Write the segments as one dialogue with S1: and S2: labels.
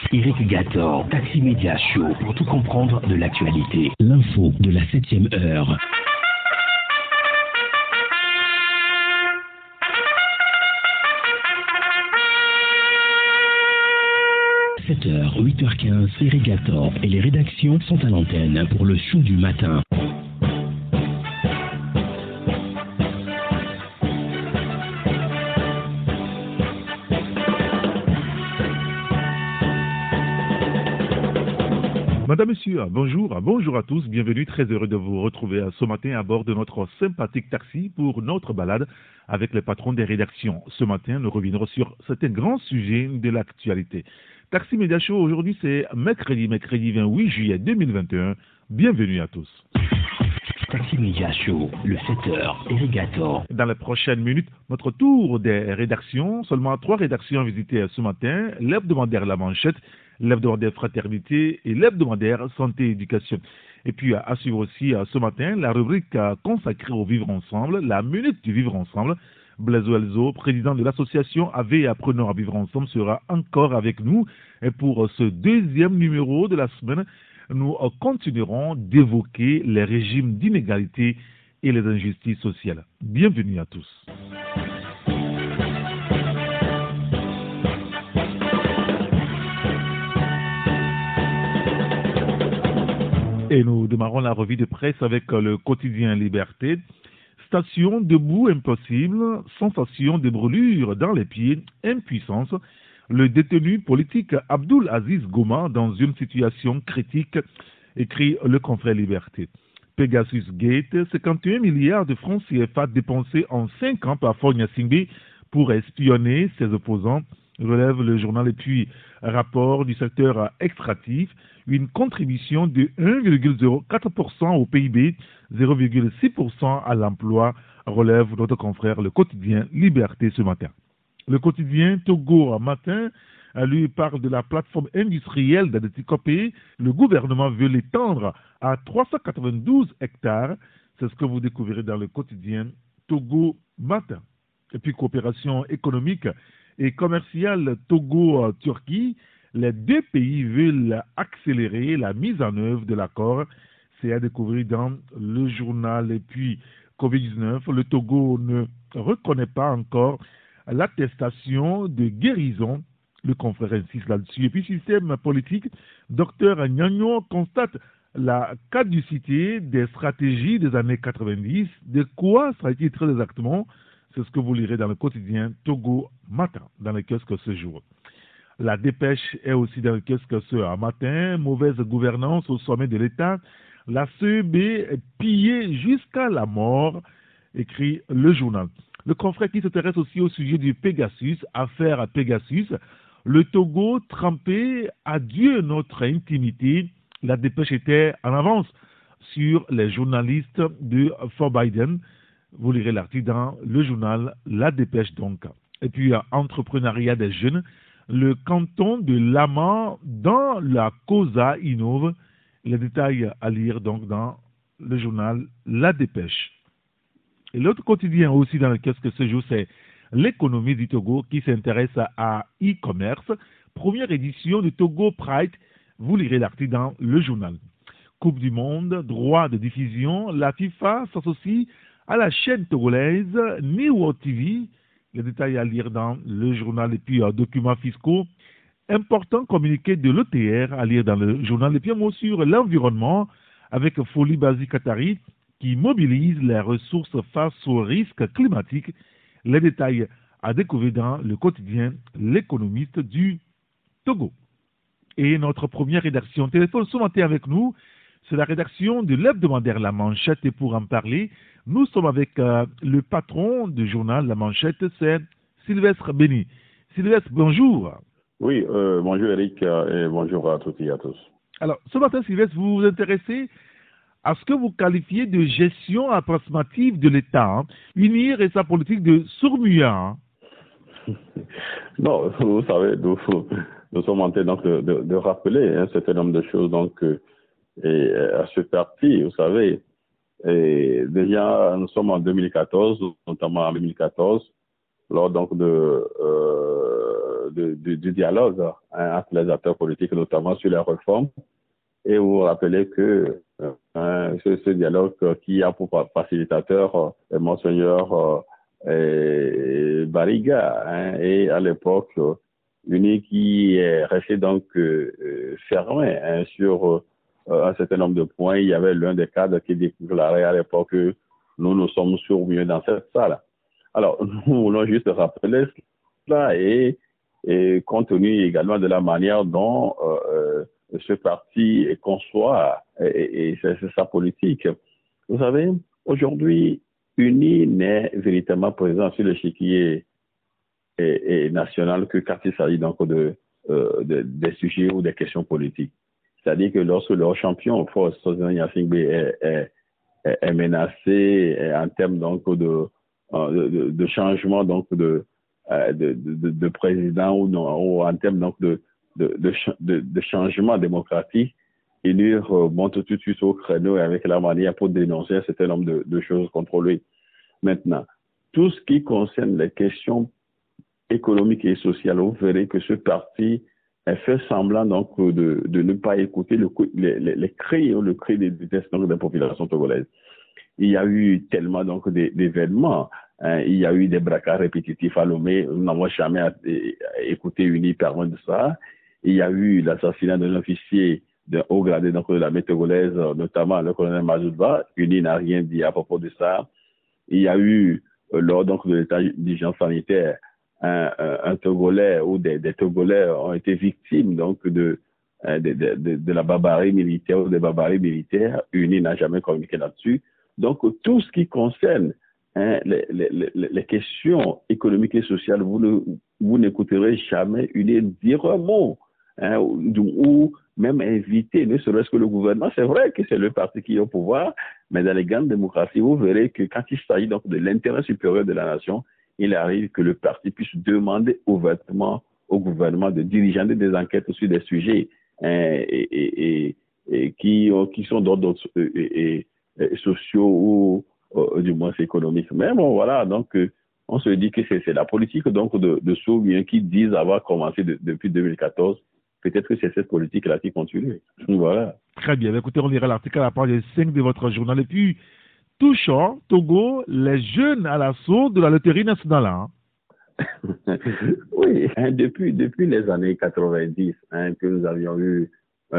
S1: Eric Gator, Taxi Media Show, pour tout comprendre de l'actualité. L'info de la 7e heure. – 7h, 8h15, Eric Gator et les rédactions sont à l'antenne pour le show du matin.
S2: Madame, Monsieur, bonjour à tous, bienvenue, très heureux de vous retrouver ce matin à bord de notre sympathique taxi pour notre balade avec les patrons des rédactions. Ce matin, nous reviendrons sur certains grands sujets de l'actualité. Taxi Media Show, aujourd'hui c'est mercredi 28 juillet 2021, bienvenue à tous.
S1: Taxi Media Show, le 7h, Eric Gator.
S2: Dans les prochaines minutes, notre tour des rédactions, seulement 3 rédactions visitées ce matin, l'hebdomadaire La Manchette, l'hebdomadaire Fraternité et l'hebdomadaire Santé et Éducation. Et puis à suivre aussi ce matin la rubrique consacrée au vivre ensemble, la minute du vivre ensemble. Blaise Elzo, président de l'association AV Apprenons à vivre ensemble, sera encore avec nous. Et pour ce deuxième numéro de la semaine, nous continuerons d'évoquer les régimes d'inégalité et les injustices sociales. Bienvenue à tous. Et nous démarrons la revue de presse avec le quotidien Liberté. Station debout impossible, sensation de brûlure dans les pieds, impuissance. Le détenu politique Abdoul Aziz Goma dans une situation critique, écrit le confrère Liberté. Pegasus Gate, 51 milliards de francs CFA dépensés en 5 ans par Fogna Singbe pour espionner ses opposants, relève le journal. Et puis, rapport du secteur extractif, une contribution de 1,04% au PIB, 0,6% à l'emploi, relève notre confrère le quotidien Liberté ce matin. Le quotidien Togo Matin, lui parle de la plateforme industrielle d'Adetikopé. Le gouvernement veut l'étendre à 392 hectares. C'est ce que vous découvrirez dans le quotidien Togo Matin. Et puis, coopération économique et commerciale Togo-Turquie. Les deux pays veulent accélérer la mise en œuvre de l'accord. C'est à découvrir dans le journal. Et puis, Covid-19, le Togo ne reconnaît pas encore l'attestation de guérison. Le confrère insiste là-dessus. Et puis, système politique, Dr Nyagno constate la caducité des stratégies des années 90. De quoi sera-t-il très exactement? C'est ce que vous lirez dans le quotidien Togo Matin, dans le kiosque ce jour. La dépêche est aussi dans le kiosque ce matin. Mauvaise gouvernance au sommet de l'État. La CEB est pillée jusqu'à la mort, écrit le journal. Le confrère qui s'intéresse aussi au sujet du Pegasus, affaire à Pegasus. Le Togo trempé, adieu notre intimité. La dépêche était en avance sur les journalistes de For Biden. Vous lirez l'article dans le journal La Dépêche donc. Et puis, entrepreneuriat des jeunes. Le canton de Lama dans la Cosa innove. Les détails à lire donc dans le journal La Dépêche. Et l'autre quotidien aussi dans lequel ce jour, c'est l'économie du Togo qui s'intéresse à e-commerce. Première édition du Togo Pride. Vous lirez l'article dans le journal. Coupe du Monde, droit de diffusion. La FIFA s'associe à la chaîne togolaise Niwo TV. Les détails à lire dans le journal. Et puis, documents fiscaux. Important communiqué de l'ETR à lire dans le journal. Et puis, un mot sur l'environnement avec Folie Bazi Qatari qui mobilise les ressources face aux risques climatiques. Les détails à découvrir dans le quotidien L'économiste du Togo. Et notre première rédaction téléphone ce matin avec nous, c'est la rédaction de l'hebdomadaire La Manchette. Et pour en parler, nous sommes avec le patron du journal La Manchette, c'est Sylvestre Béni. Sylvestre, bonjour.
S3: Oui, bonjour Eric et bonjour à toutes et à tous.
S2: Alors, ce matin, Sylvestre, vous vous intéressez à ce que vous qualifiez de gestion approximative de l'État, hein. Unir et sa politique de sourd-muet. Hein.
S3: Non, vous savez, nous sommes en train donc de rappeler un certain nombre de choses donc, et à ce parti, vous savez. Et déjà, nous sommes en 2014, notamment en 2014, lors donc du dialogue entre les acteurs politiques, notamment sur les réformes. Et vous vous rappelez que ce dialogue qui a pour facilitateur Monseigneur Barriga, et à l'époque, UNI qui est resté donc fermé sur un certain nombre de points. Il y avait l'un des cadres qui déclarait à l'époque que nous sommes sourds-muets dans cette salle. Alors, nous voulons juste rappeler cela et compte tenu également de la manière dont ce parti conçoit et c'est sa politique. Vous savez, aujourd'hui, UNI n'est véritablement présent sur l'échiquier national que quand il s'agit donc des sujets ou des questions politiques. C'est-à-dire que lorsque leur champion, Force Yafingbe, est menacé en termes donc de changement donc de président ou en termes donc de changement démocratique, il monte tout de suite au créneau avec la manière pour dénoncer un certain nombre de choses contre lui. Maintenant, tout ce qui concerne les questions économiques et sociales, vous verrez que ce parti fait semblant donc de ne pas écouter les cris ou le cri des populations togolaises. Il y a eu tellement donc d'événements, il y a eu des braquages répétitifs à Lomé, nous n'avons jamais écouté UNI parler de ça. Il y a eu l'assassinat d'un officier de haut gradé donc, de l'armée togolaise, notamment le colonel Mazoudba. UNI n'a rien dit à propos de ça. Il y a eu, lors donc, de l'état d'urgence sanitaire, un Togolais ou des Togolais ont été victimes donc, de la barbarie militaire ou des barbaries militaires. UNI n'a jamais communiqué là-dessus. Donc, tout ce qui concerne les questions économiques et sociales, vous n'écouterez jamais UNI dire un mot, ou même inviter, ne serait-ce que le gouvernement. C'est vrai que c'est le parti qui est au pouvoir, mais dans les grandes démocraties, vous verrez que quand il s'agit donc de l'intérêt supérieur de la nation, il arrive que le parti puisse demander ouvertement au gouvernement de diriger des enquêtes sur des sujets qui sont d'ordre sociaux ou du moins économiques. Mais bon, voilà, donc on se dit que c'est la politique donc de ceux qui disent avoir commencé depuis 2014. Peut-être que c'est cette politique-là qui continue. Voilà.
S2: Très bien. Écoutez, on lira l'article à la page 5 de votre journal. Et puis, touchant, Togo, les jeunes à l'assaut de la loterie nationale. Hein?
S3: Oui, depuis les années 90, que nous avions eu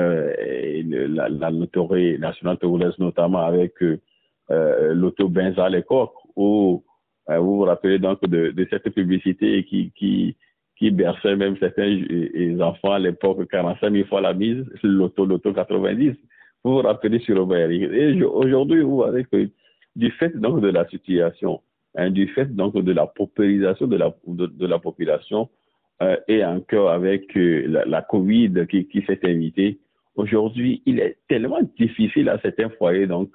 S3: la loterie nationale togolaise, notamment avec l'auto Benza à l'époque, où vous vous rappelez donc de cette publicité qui berçait même certains enfants à l'époque, 45 000 fois la mise, l'auto 90. Vous vous rappelez sur Robert. Et aujourd'hui, vous voyez que du fait donc de la situation, du fait donc de la paupérisation de la population et encore avec la Covid qui s'est invitée, aujourd'hui, il est tellement difficile à certains foyers donc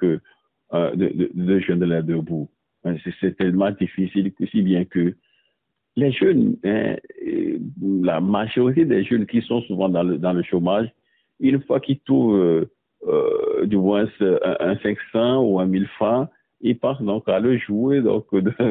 S3: de jeunes là debout. C'est tellement difficile, si bien que les jeunes, la majorité des jeunes qui sont souvent dans le chômage, une fois qu'ils trouvent du moins un 500 ou un 1000 francs, ils pensent donc à le jouer donc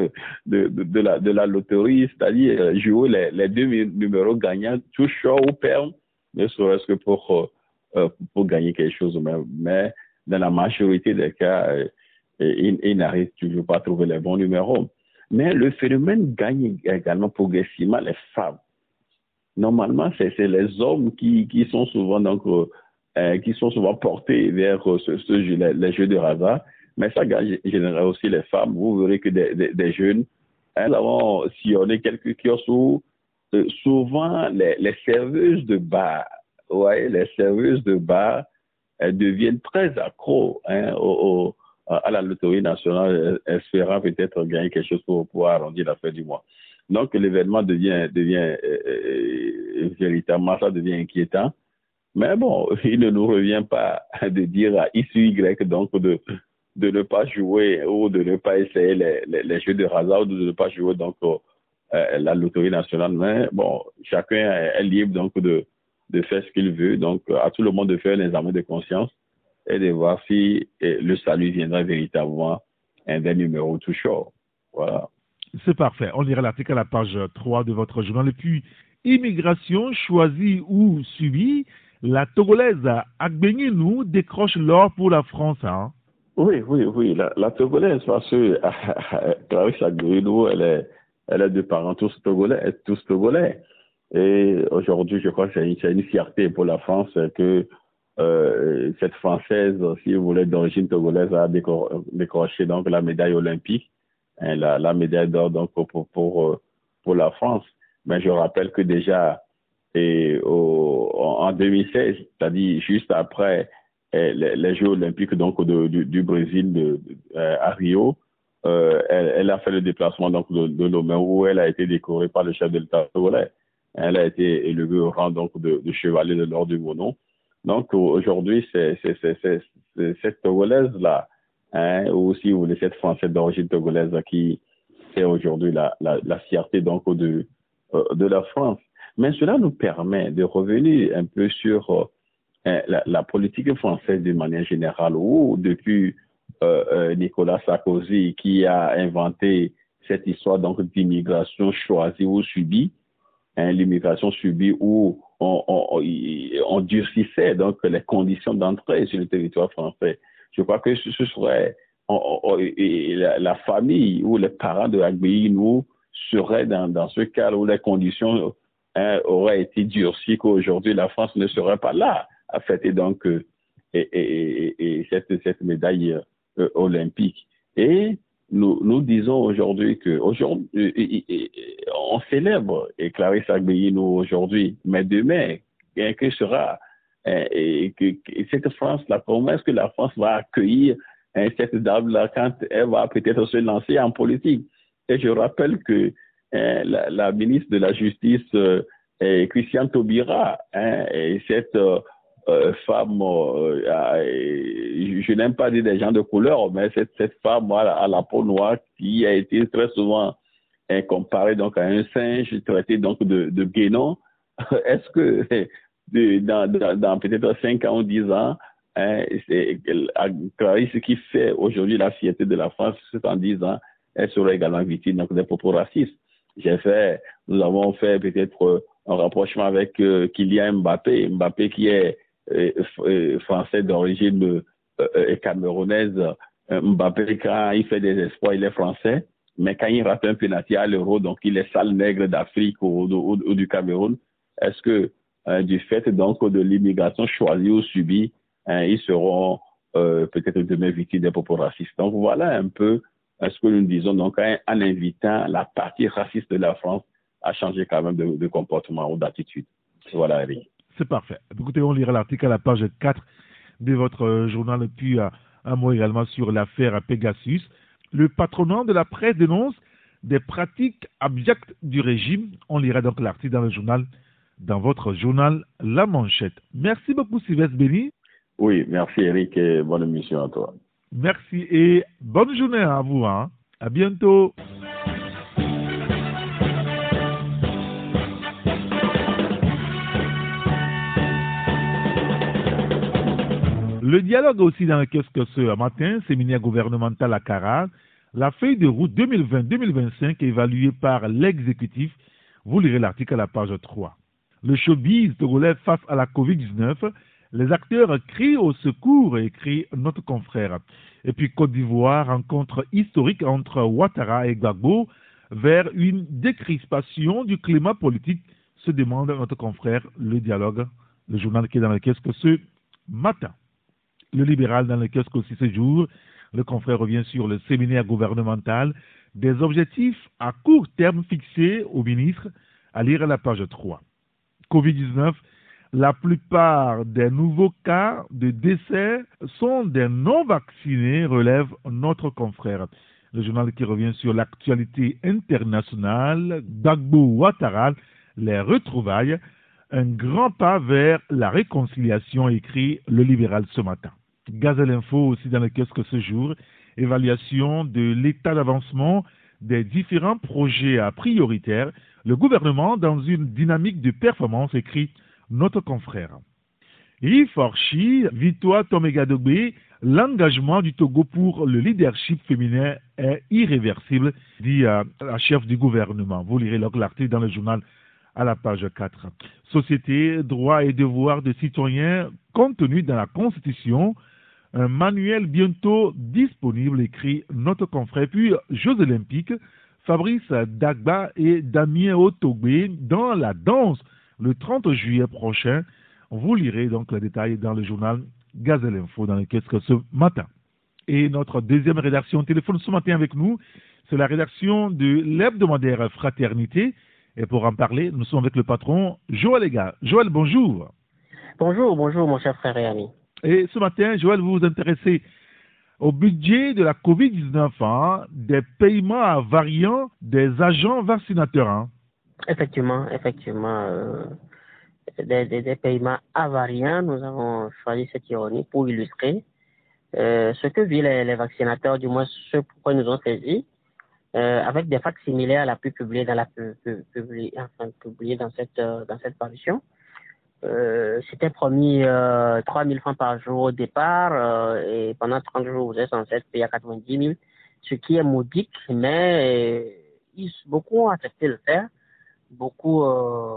S3: de la loterie, c'est-à-dire jouer les deux numéros gagnants, tout short ou perme, ne serait-ce que pour gagner quelque chose. Mais dans la majorité des cas, ils n'arrivent toujours pas à trouver les bons numéros. Mais le phénomène gagne également progressivement les femmes. Normalement, c'est les hommes qui sont souvent donc qui sont souvent portés vers les jeux de hasard, mais ça gagne généralement aussi les femmes. Vous verrez que des jeunes, elles ont sillonné quelques kiosques où souvent les serveuses de bar, les serveuses de bar deviennent très accros à la loterie nationale, espérant peut-être gagner quelque chose pour arrondir la fin du mois. Donc l'événement devient véritablement, ça devient inquiétant. Mais bon, il ne nous revient pas de dire à X ou Y donc de ne pas jouer ou de ne pas essayer les jeux de hasard ou de ne pas jouer donc la loterie nationale. Mais bon, chacun est libre donc de faire ce qu'il veut. Donc à tout le monde de faire un examen de conscience et de voir si le salut viendra véritablement des numéros tout short. Voilà.
S2: C'est parfait. On lira l'article à la page 3 de votre journal. Et puis, immigration choisie ou subie, la Togolaise Agbenginou décroche l'or pour la France. Hein?
S3: Oui. La Togolaise, parce que Clarisse Agbenginou, elle est de parents tous Togolais. Et aujourd'hui, je crois que c'est une fierté pour la France que cette Française, si vous voulez, d'origine togolaise, a décroché donc la médaille olympique, hein, la médaille d'or donc pour la France. Mais je rappelle que déjà en 2016, c'est-à-dire juste après les Jeux olympiques donc du Brésil à Rio, elle a fait le déplacement donc de Lomé où elle a été décorée par le chef de l'État togolais. Elle a été élevée au rang donc de chevalier de l'ordre du Bonon. Donc aujourd'hui, c'est cette Togolaise-là, hein, ou si vous voulez, cette Française d'origine togolaise qui est aujourd'hui la fierté donc de la France. Mais cela nous permet de revenir un peu sur la politique française de manière générale, où depuis Nicolas Sarkozy qui a inventé cette histoire donc d'immigration choisie ou subie, hein, l'immigration subie où on durcissait donc les conditions d'entrée sur le territoire français. Je crois que ce serait la famille ou les parents de Agbenginou seraient dans ce cas où les conditions auraient été durcies, qu'aujourd'hui la France ne serait pas là à fêter donc cette médaille olympique. Et nous disons aujourd'hui on célèbre Clarisse Agbenginou aujourd'hui, mais demain, que sera cette France-là, comment est-ce que la France va accueillir cette dame-là quand elle va peut-être se lancer en politique? Et je rappelle que la ministre de la Justice, Christiane Taubira, cette femme, je n'aime pas dire des gens de couleur, mais cette femme à la peau noire qui a été très souvent comparée donc à un singe, traité donc de guénon. Est-ce que dans peut-être 5 ans ou 10 ans, Clarisse qui fait aujourd'hui la fierté de la France, c'est en 10 ans, elle sera également victime donc, des propos racistes. Nous avons fait peut-être un rapprochement avec Kylian Mbappé qui est français d'origine camerounaise. Mbappé, quand il fait des exploits, il est français, mais quand il rate un penalty à l'Euro, donc il est sale nègre d'Afrique ou du Cameroun. Est-ce que du fait donc de l'immigration choisie ou subie, ils seront peut-être demain victimes des propos racistes? Donc voilà un peu ce que nous disons donc en invitant la partie raciste de la France à changer quand même de comportement ou d'attitude. Voilà, Eric.
S2: C'est parfait. Écoutez, on lira l'article à la page 4 de votre journal, et puis un mot également sur l'affaire Pegasus. Le patronat de la presse dénonce des pratiques abjectes du régime. On lira donc l'article dans votre journal La Manchette. Merci beaucoup, Sylvestre Béni.
S3: Oui, merci Eric et bonne émission à toi.
S2: Merci et bonne journée à vous. Hein. À bientôt. Le dialogue aussi dans le kiosque ce matin, séminaire gouvernemental à Carrare, la feuille de route 2020-2025 évaluée par l'exécutif. Vous lirez l'article à la page 3. Le showbiz togolais face à la Covid-19, les acteurs crient au secours, écrit notre confrère. Et puis Côte d'Ivoire, rencontre historique entre Ouattara et Gbagbo vers une décrispation du climat politique, se demande notre confrère Le Dialogue, le journal qui est dans le kiosque ce matin. Le libéral dans le kiosque aussi ce jour, le confrère revient sur le séminaire gouvernemental des objectifs à court terme fixés au ministre, à lire à la page 3. Covid-19, la plupart des nouveaux cas de décès sont des non-vaccinés, relève notre confrère. Le journal qui revient sur l'actualité internationale, Gbagbo Ouattara, les retrouvailles, un grand pas vers la réconciliation, écrit le libéral ce matin. Gazelle Info aussi dans le kiosque ce jour, évaluation de l'état d'avancement des différents projets prioritaires, le gouvernement dans une dynamique de performance, écrit notre confrère. Riforchi, Victoire Tomegadogbe, l'engagement du Togo pour le leadership féminin est irréversible, dit la chef du gouvernement. Vous lirez l'article dans le journal à la page 4. Société, droits et devoirs des citoyens contenus dans la Constitution. Un manuel bientôt disponible, écrit notre confrère. Puis, Jeux olympiques, Fabrice Dagba et Damien Otogbe dans la danse le 30 juillet prochain. Vous lirez donc les détails dans le journal Gazelle Info dans le kiosque ce matin. Et notre deuxième rédaction téléphone ce matin avec nous, c'est la rédaction de l'hebdomadaire Fraternité. Et pour en parler, nous sommes avec le patron Joël Ega. Joël, bonjour.
S4: Bonjour mon cher frère et ami.
S2: Et ce matin, Joël, vous vous intéressez au budget de la COVID-19, hein, des paiements à variants des agents vaccinateurs. Hein.
S4: Effectivement, des paiements à variants, nous avons choisi cette ironie pour illustrer ce que vivent les vaccinateurs, du moins ce pourquoi ils nous ont saisi, avec des facts similaires à la publiée dans cette parution. C'était promis 3 000 francs par jour au départ et pendant 30 jours, vous êtes censé être payé à 90 000, ce qui est modique, mais beaucoup ont accepté de le faire. Beaucoup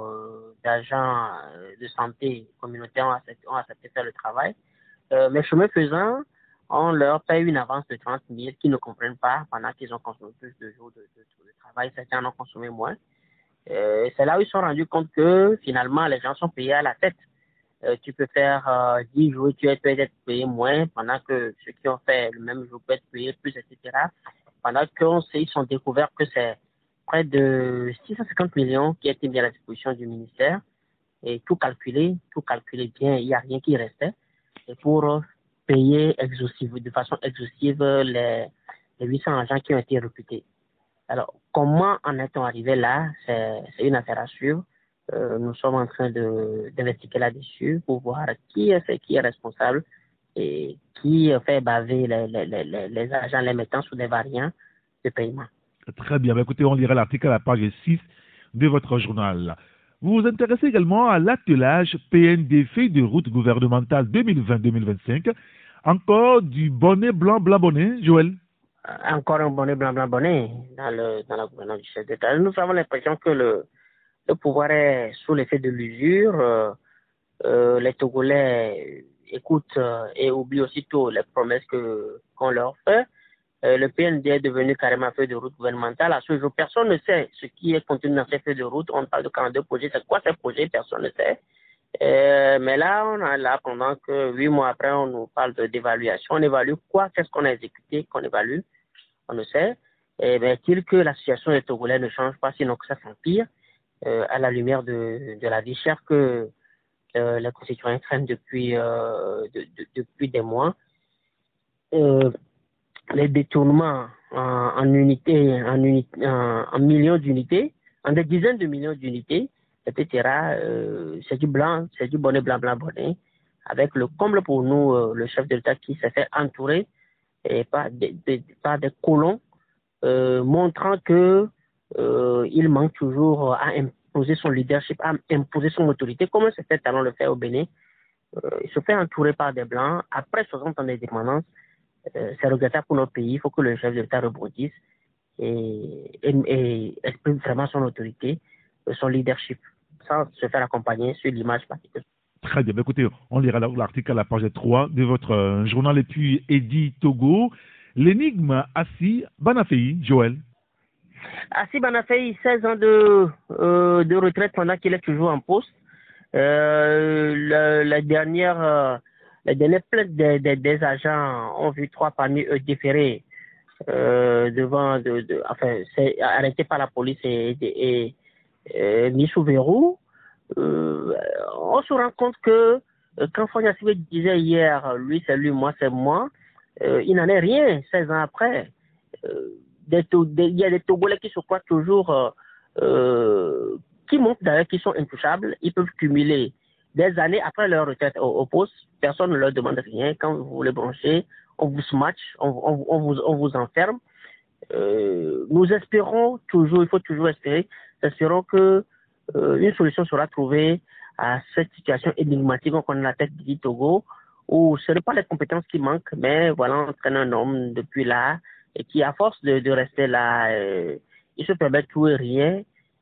S4: d'agents de santé communautaire ont accepté de faire le travail. Mais chemin faisant, on leur paye une avance de 30 000 qu'ils ne comprennent pas pendant qu'ils ont consommé plus de jours de travail. Certains en ont consommé moins. C'est là où ils se sont rendus compte que finalement les gens sont payés à la tête. Tu peux faire 10 jours, tu peux être payé moins, pendant que ceux qui ont fait le même jour peuvent être payés plus, etc. Pendant qu'ils sont découverts que c'est près de 650 millions qui étaient mis à la disposition du ministère, et tout calculé bien, il n'y a rien qui restait, et pour payer de façon exhaustive les 800 agents qui ont été recrutés. Alors, comment en est-on arrivé là? C'est une affaire à suivre. Nous sommes en train d'investiguer là-dessus pour voir qui est responsable et qui fait baver les agents, les mettant sous des variants de paiement.
S2: Très bien. Écoutez, on lira l'article à la page 6 de votre journal. Vous vous intéressez également à l'attelage PND feuille de route gouvernementale 2020-2025. Encore du bonnet blanc bonnet, Joël?
S4: Encore un bonnet blanc bonnet dans la gouvernance du chef d'État. Nous avons l'impression que le pouvoir est sous l'effet de l'usure. Les Togolais écoutent et oublient aussitôt les promesses qu'on leur fait. Le PND est devenu carrément feuille de route gouvernementale. À ce jour, personne ne sait ce qui est contenu dans ces feuilles de route. On parle de 42 projets. C'est quoi ces projets? Personne ne sait. Mais là, pendant que 8 mois après, on nous parle d'évaluation. On évalue quoi? Qu'est-ce qu'on a exécuté qu'on évalue? On ne sait. Est-il que la situation des Togolais ne change pas, sinon que ça s'empire à la lumière de la vie chère que les concitoyens craignent depuis des mois. Les détournements en millions d'unités, en des dizaines de millions d'unités, etc. C'est du blanc, c'est du bonnet blanc bonnet, avec le comble pour nous, le chef de l'État qui s'est fait entourer par des colons, montrant que il manque toujours à imposer son leadership, à imposer son autorité, comme c'était talent le faire au Bénin. Il se fait entourer par des blancs après 60 ans d'indépendance. C'est regrettable pour notre pays. Il faut que le chef de l'État rebondisse et exprime vraiment son autorité, son leadership, sans se faire accompagner sur l'image particulière.
S2: Très bien. Écoutez, on lira l'article à la page 3 de votre journal. Et puis, Eddie Togo, l'énigme Assi Banafei, Joël.
S4: Assi Banafei, 16 ans de retraite pendant qu'il est toujours en poste. La dernière plainte des agents ont vu 3 parmi eux déférés c'est arrêté par la police et mis sous verrou. On se rend compte que quand Fonia Sibé disait hier, lui c'est lui, moi c'est moi, il n'en est rien 16 ans après. Il y a des Togolais qui se croient toujours, qui montrent d'ailleurs qu'ils sont intouchables, ils peuvent cumuler des années après leur retraite au poste, personne ne leur demande rien. Quand vous voulez brancher, on vous smatch, on vous enferme. Nous espérons toujours, il faut toujours espérer, espérons que une solution sera trouvée à cette situation énigmatique qu'on a la tête du Togo, où ce n'est pas les compétences qui manquent, mais voilà, on traîne un homme depuis là, et qui, à force de rester là, il se permet tout et rien,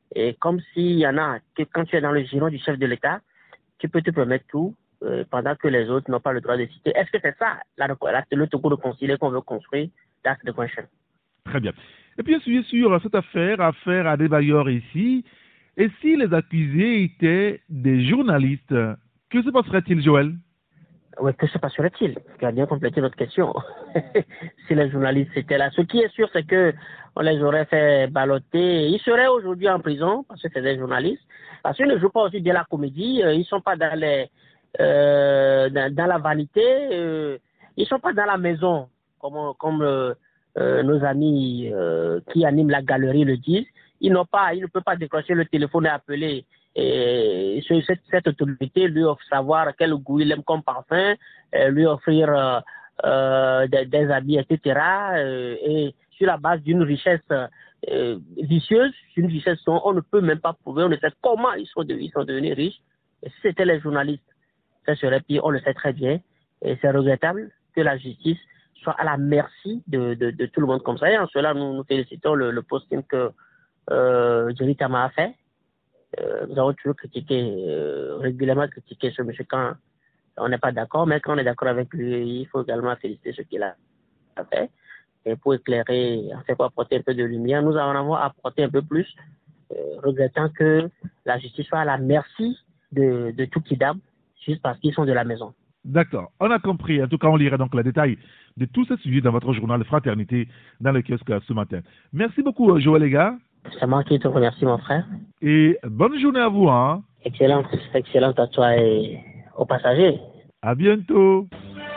S4: Et comme s'il y en a, que quand tu es dans le giron du chef de l'État, tu peux te permettre tout pendant que les autres n'ont pas le droit de citer. Est-ce que c'est ça le Togo réconcilié qu'on veut construire? That's the question.
S2: Très bien. Et puis, sur cette affaire à Adebayor ici, et si les accusés étaient des journalistes, que se passerait-il, Joël?
S4: Oui, que se passerait-il? Tu as bien complété notre question. Si les journalistes étaient là. Ce qui est sûr, c'est que on les aurait fait balloter. Ils seraient aujourd'hui en prison parce que c'est des journalistes. Parce qu'ils ne jouent pas aussi bien la comédie. Ils ne sont pas dans dans la vanité. Ils ne sont pas dans la maison, comme nos amis qui animent la galerie le disent. Ils ne peuvent pas décrocher le téléphone et appeler cette autorité, lui savoir quel goût il aime comme parfum, lui offrir des habits, etc. Et sur la base d'une richesse vicieuse, une richesse dont on ne peut même pas prouver, on ne sait comment ils sont devenus riches. Et si c'était les journalistes, ça serait pire, on le sait très bien. Et c'est regrettable que la justice soit à la merci de tout le monde comme ça. Et en cela, nous félicitons le posting que Jerry Tama a fait. Nous avons toujours régulièrement critiqué ce monsieur quand on n'est pas d'accord, mais quand on est d'accord avec lui, il faut également féliciter ce qu'il a fait. Et pour éclairer, pour apporter un peu de lumière, nous en avons apporté un peu plus, regrettant que la justice soit à la merci de tout Kidam, juste parce qu'ils sont de la maison.
S2: D'accord, on a compris. En tout cas, on lira donc les détails de tout ce sujet dans votre journal Fraternité dans le kiosque ce matin. Merci beaucoup, Joël, les gars.
S4: C'est moi qui te remercie, mon frère.
S2: Et bonne journée à vous. Hein.
S4: Excellente à toi et aux passagers.
S2: À bientôt.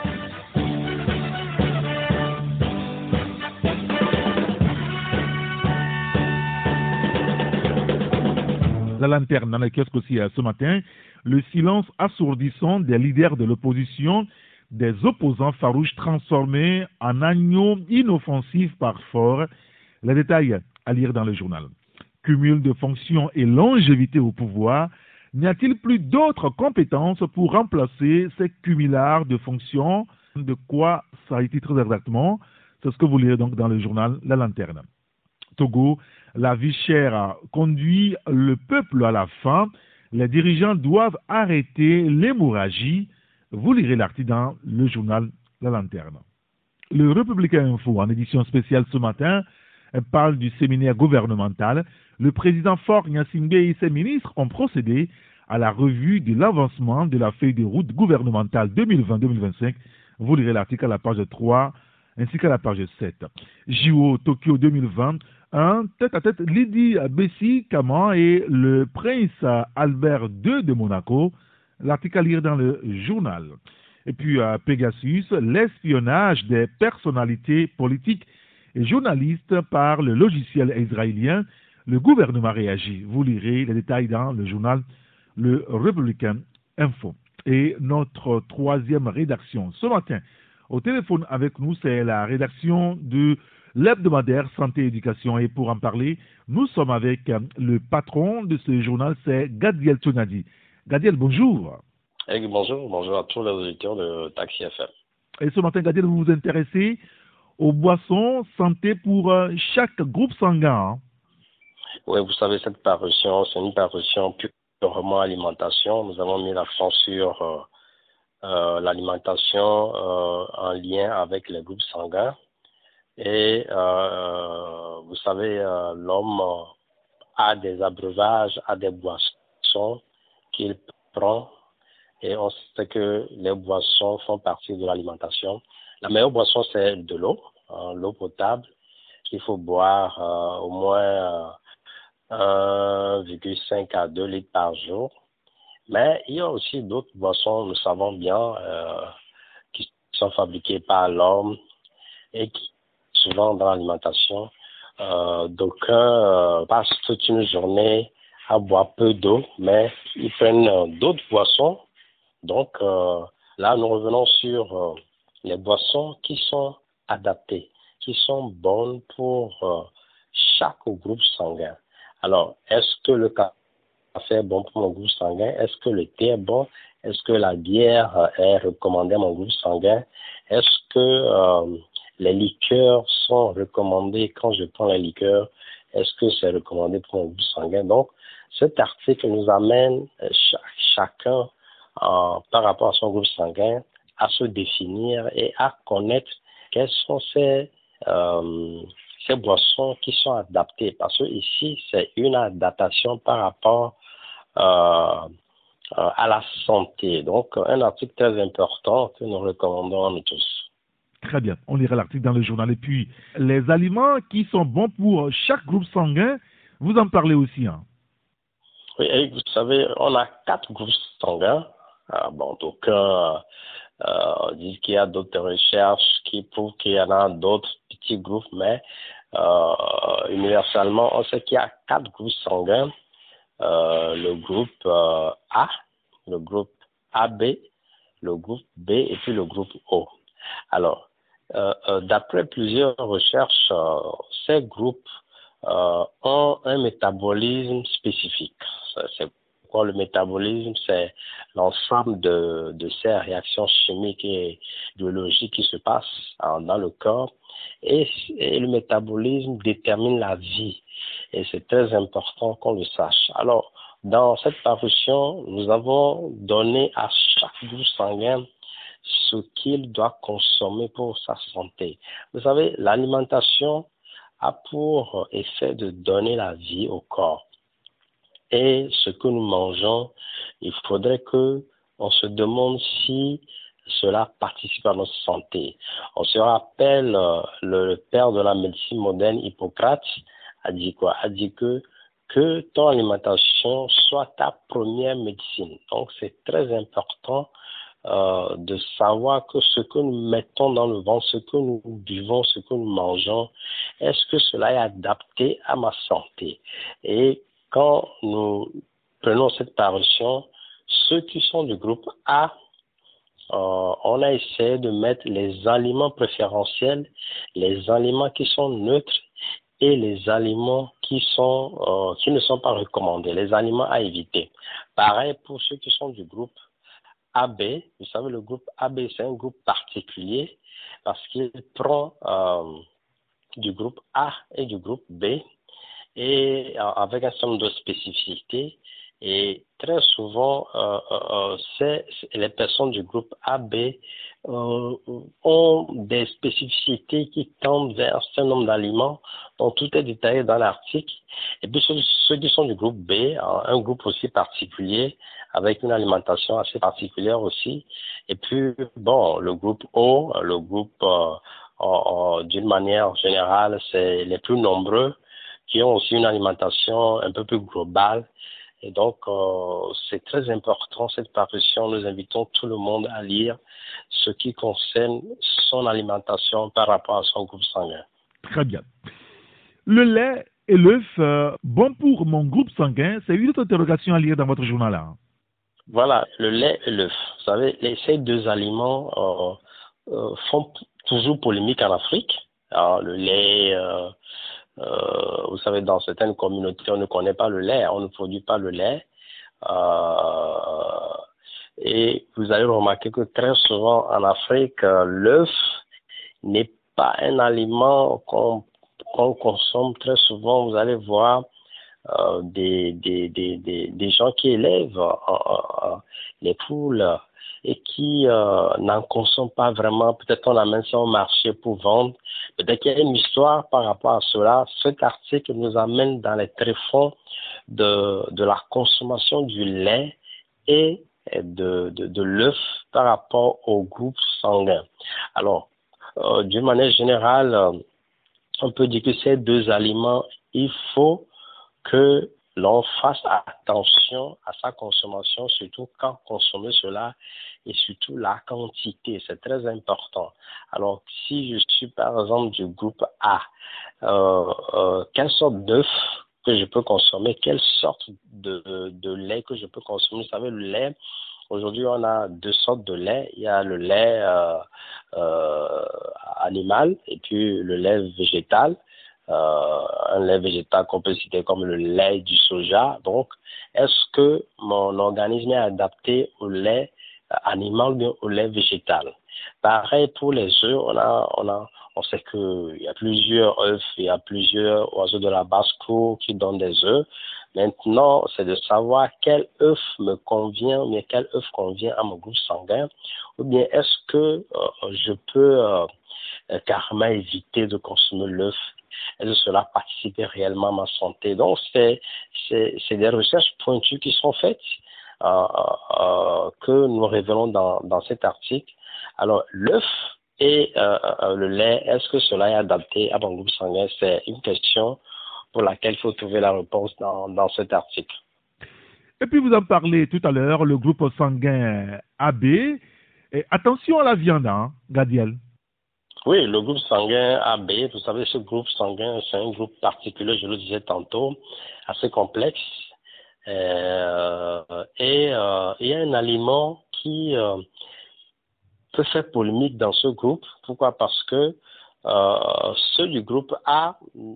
S2: La lanterne dans le kiosque aussi ce matin, le silence assourdissant des leaders de l'opposition, des opposants farouches transformés en agneaux inoffensifs par fort. Les détails à lire dans le journal. Cumul de fonctions et longévité au pouvoir, n'y a-t-il plus d'autres compétences pour remplacer ces cumulards de fonctions? De quoi s'agit-il très exactement? C'est ce que vous lirez donc dans le journal La Lanterne. Togo, la vie chère conduit le peuple à la faim. Les dirigeants doivent arrêter l'hémorragie. Vous lirez l'article dans le journal La Lanterne. Le Républicain Info, en édition spéciale ce matin, parle du séminaire gouvernemental. Le président Faure Gnassingbé et ses ministres ont procédé à la revue de l'avancement de la feuille de route gouvernementale 2020-2025. Vous lirez l'article à la page 3 ainsi qu'à la page 7. JO Tokyo 2020, un tête-à-tête Lydie Bessi Kaman et le prince Albert II de Monaco. L'article à lire dans le journal. Et puis Pegasus, l'espionnage des personnalités politiques et journalistes par le logiciel israélien. Le gouvernement réagit. Vous lirez les détails dans le journal Le Républicain Info. Et notre troisième rédaction ce matin, au téléphone avec nous, c'est la rédaction de l'hebdomadaire Santé et Éducation. Et pour en parler, nous sommes avec le patron de ce journal, c'est Gadiel Tonadi. Gadiel, bonjour.
S5: Bonjour à tous les auditeurs de Taxi FM.
S2: Et ce matin, Gadiel, vous vous intéressez aux boissons santé pour chaque groupe sanguin.
S5: Oui, vous savez, cette parution, c'est une parution purement alimentation. Nous avons mis l'accent sur l'alimentation en lien avec les groupes sanguins. Et vous savez, l'homme a des abreuvages, a des boissons qu'il prend. Et on sait que les boissons font partie de l'alimentation. La meilleure boisson, c'est de l'eau, l'eau potable, qu'il faut boire au moins 1,5 à 2 litres par jour. Mais il y a aussi d'autres boissons, nous savons bien, qui sont fabriquées par l'homme et qui, souvent dans l'alimentation, d'aucuns passent toute une journée à boire peu d'eau, mais ils prennent d'autres boissons. Donc là, nous revenons sur les boissons qui sont adaptées, qui sont bonnes pour chaque groupe sanguin. Alors, est-ce que le café est bon pour mon groupe sanguin? Est-ce que le thé est bon? Est-ce que la bière est recommandée à mon groupe sanguin? Est-ce que les liqueurs sont recommandées? Quand je prends les liqueurs, est-ce que c'est recommandé pour un groupe sanguin? Donc, cet article nous amène chacun par rapport à son groupe sanguin à se définir et à connaître quelles sont ces boissons qui sont adaptées. Parce que ici, c'est une adaptation par rapport à la santé. Donc, un article très important que nous recommandons à nous tous.
S2: Très bien, on lira l'article dans le journal. Et puis, les aliments qui sont bons pour chaque groupe sanguin, vous en parlez aussi, hein?
S5: Oui, et vous savez, on a 4 groupes sanguins. Bon, d'aucuns disent qu'il y a d'autres recherches qui prouvent qu'il y en a d'autres petits groupes, mais universellement, on sait qu'il y a 4 groupes sanguins. Le groupe A, le groupe AB, le groupe B et puis le groupe O. Alors, d'après plusieurs recherches, ces groupes ont un métabolisme spécifique. C'est quoi le métabolisme? C'est l'ensemble de ces réactions chimiques et biologiques qui se passent dans le corps. Et le métabolisme détermine la vie. Et c'est très important qu'on le sache. Alors, dans cette parution, nous avons donné à chaque groupe sanguin ce qu'il doit consommer pour sa santé. Vous savez, l'alimentation a pour effet de donner la vie au corps. Et ce que nous mangeons, il faudrait que on se demande si cela participe à notre santé. On se rappelle, le père de la médecine moderne, Hippocrate, a dit quoi? A dit que ton alimentation soit ta première médecine. Donc, c'est très important de savoir que ce que nous mettons dans le ventre, ce que nous buvons, ce que nous mangeons, est-ce que cela est adapté à ma santé? Et quand nous prenons cette parution, ceux qui sont du groupe A, on a essayé de mettre les aliments préférentiels, les aliments qui sont neutres et les aliments qui ne sont pas recommandés, les aliments à éviter. Pareil pour ceux qui sont du groupe AB. Vous savez, le groupe AB, c'est un groupe particulier parce qu'il prend du groupe A et du groupe B et avec un certain nombre de spécificités. Et très souvent, les personnes du groupe AB ont des spécificités qui tendent vers un certain nombre d'aliments, dont tout est détaillé dans l'article. Et puis ceux qui sont du groupe B, un groupe aussi particulier, avec une alimentation assez particulière aussi. Et puis, bon, le groupe O, le groupe, d'une manière générale, c'est les plus nombreux, qui ont aussi une alimentation un peu plus globale. Et donc, c'est très important, cette parution. Nous invitons tout le monde à lire ce qui concerne son alimentation par rapport à son groupe sanguin.
S2: Très bien. Le lait et l'œuf, bon pour mon groupe sanguin, c'est une autre interrogation à lire dans votre journal. Hein.
S5: Voilà, le lait et l'œuf. Vous savez, ces deux aliments font toujours polémique en Afrique. Alors, le lait... vous savez, dans certaines communautés, on ne connaît pas le lait, on ne produit pas le lait. Et vous allez remarquer que très souvent en Afrique, l'œuf n'est pas un aliment qu'on consomme très souvent. Vous allez voir des gens qui élèvent les poules et qui n'en consomment pas vraiment. Peut-être on amène ça au marché pour vendre. Peut-être qu'il y a une histoire par rapport à cela. Cet article nous amène dans les tréfonds de la consommation du lait et de l'œuf par rapport au groupe sanguin. Alors, d'une manière générale, on peut dire que ces deux aliments, il faut que l'on fasse attention à sa consommation, surtout quand consommer cela et surtout la quantité, c'est très important. Alors, si je suis par exemple du groupe A, quelle sorte d'œuf que je peux consommer, quelle sorte de lait que je peux consommer? Vous savez, le lait, aujourd'hui on a deux sortes de lait. Il y a le lait animal et puis le lait végétal. Un lait végétal qu'on peut citer comme le lait du soja. Donc, est-ce que mon organisme est adapté au lait animal ou bien au lait végétal? Pareil pour les œufs, on sait qu'il y a plusieurs œufs, il y a plusieurs oiseaux de la basse-cour qui donnent des œufs. Maintenant, c'est de savoir quel œuf me convient, mais quel œuf convient à mon groupe sanguin, ou bien est-ce que je peux carrément éviter de consommer l'œuf. Est-ce que cela participe réellement à ma santé? Donc, c'est des recherches pointues qui sont faites, que nous révélons dans cet article. Alors, l'œuf et le lait, est-ce que cela est adapté à mon groupe sanguin? C'est une question pour laquelle il faut trouver la réponse dans cet article.
S2: Et puis vous en parlez tout à l'heure, le groupe sanguin AB. Et attention à la viande, hein, Gadiel.
S5: Oui, le groupe sanguin AB, vous savez, ce groupe sanguin, c'est un groupe particulier, je le disais tantôt, assez complexe. Et il y a un aliment qui peut faire polémique dans ce groupe. Pourquoi? Parce que ceux du groupe A,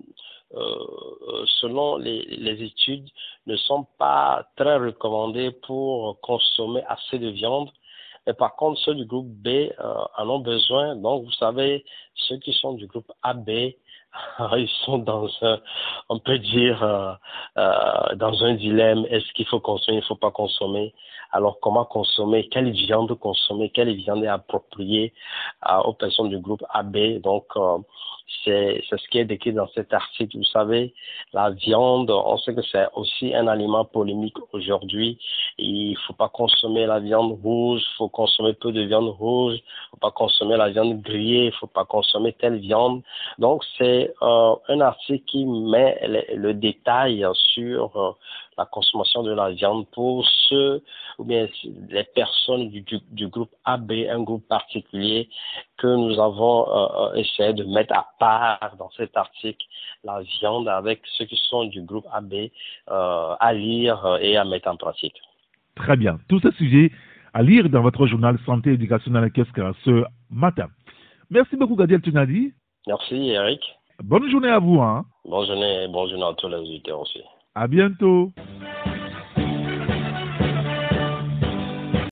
S5: selon les études, ne sont pas très recommandés pour consommer assez de viande. Mais par contre, ceux du groupe B en ont besoin. Donc, vous savez, ceux qui sont du groupe AB, ils sont dans on peut dire, dans un dilemme. Est-ce qu'il faut consommer, il ne faut pas consommer? Alors, comment consommer? Quelle viande consommer? Quelle viande est appropriée aux personnes du groupe AB? Donc, c'est ce qui est décrit dans cet article. Vous savez, la viande, on sait que c'est aussi un aliment polémique aujourd'hui. Il ne faut pas consommer la viande rouge, il faut consommer peu de viande rouge, il ne faut pas consommer la viande grillée, il ne faut pas consommer telle viande. Donc, c'est un article qui met le détail sur la consommation de la viande pour ceux ou bien les personnes du groupe AB, un groupe particulier que nous avons essayé de mettre à part dans cet article, la viande avec ceux qui sont du groupe AB à lire et à mettre en pratique.
S2: Très bien. Tous ces sujets à lire dans votre journal Santé et Éducation dans la Kesca ce matin. Merci beaucoup, Gadiel Tunadi.
S5: Merci, Eric.
S2: Bonne journée à vous. Hein.
S5: Bonne journée à tous les auditeurs aussi.
S2: À bientôt.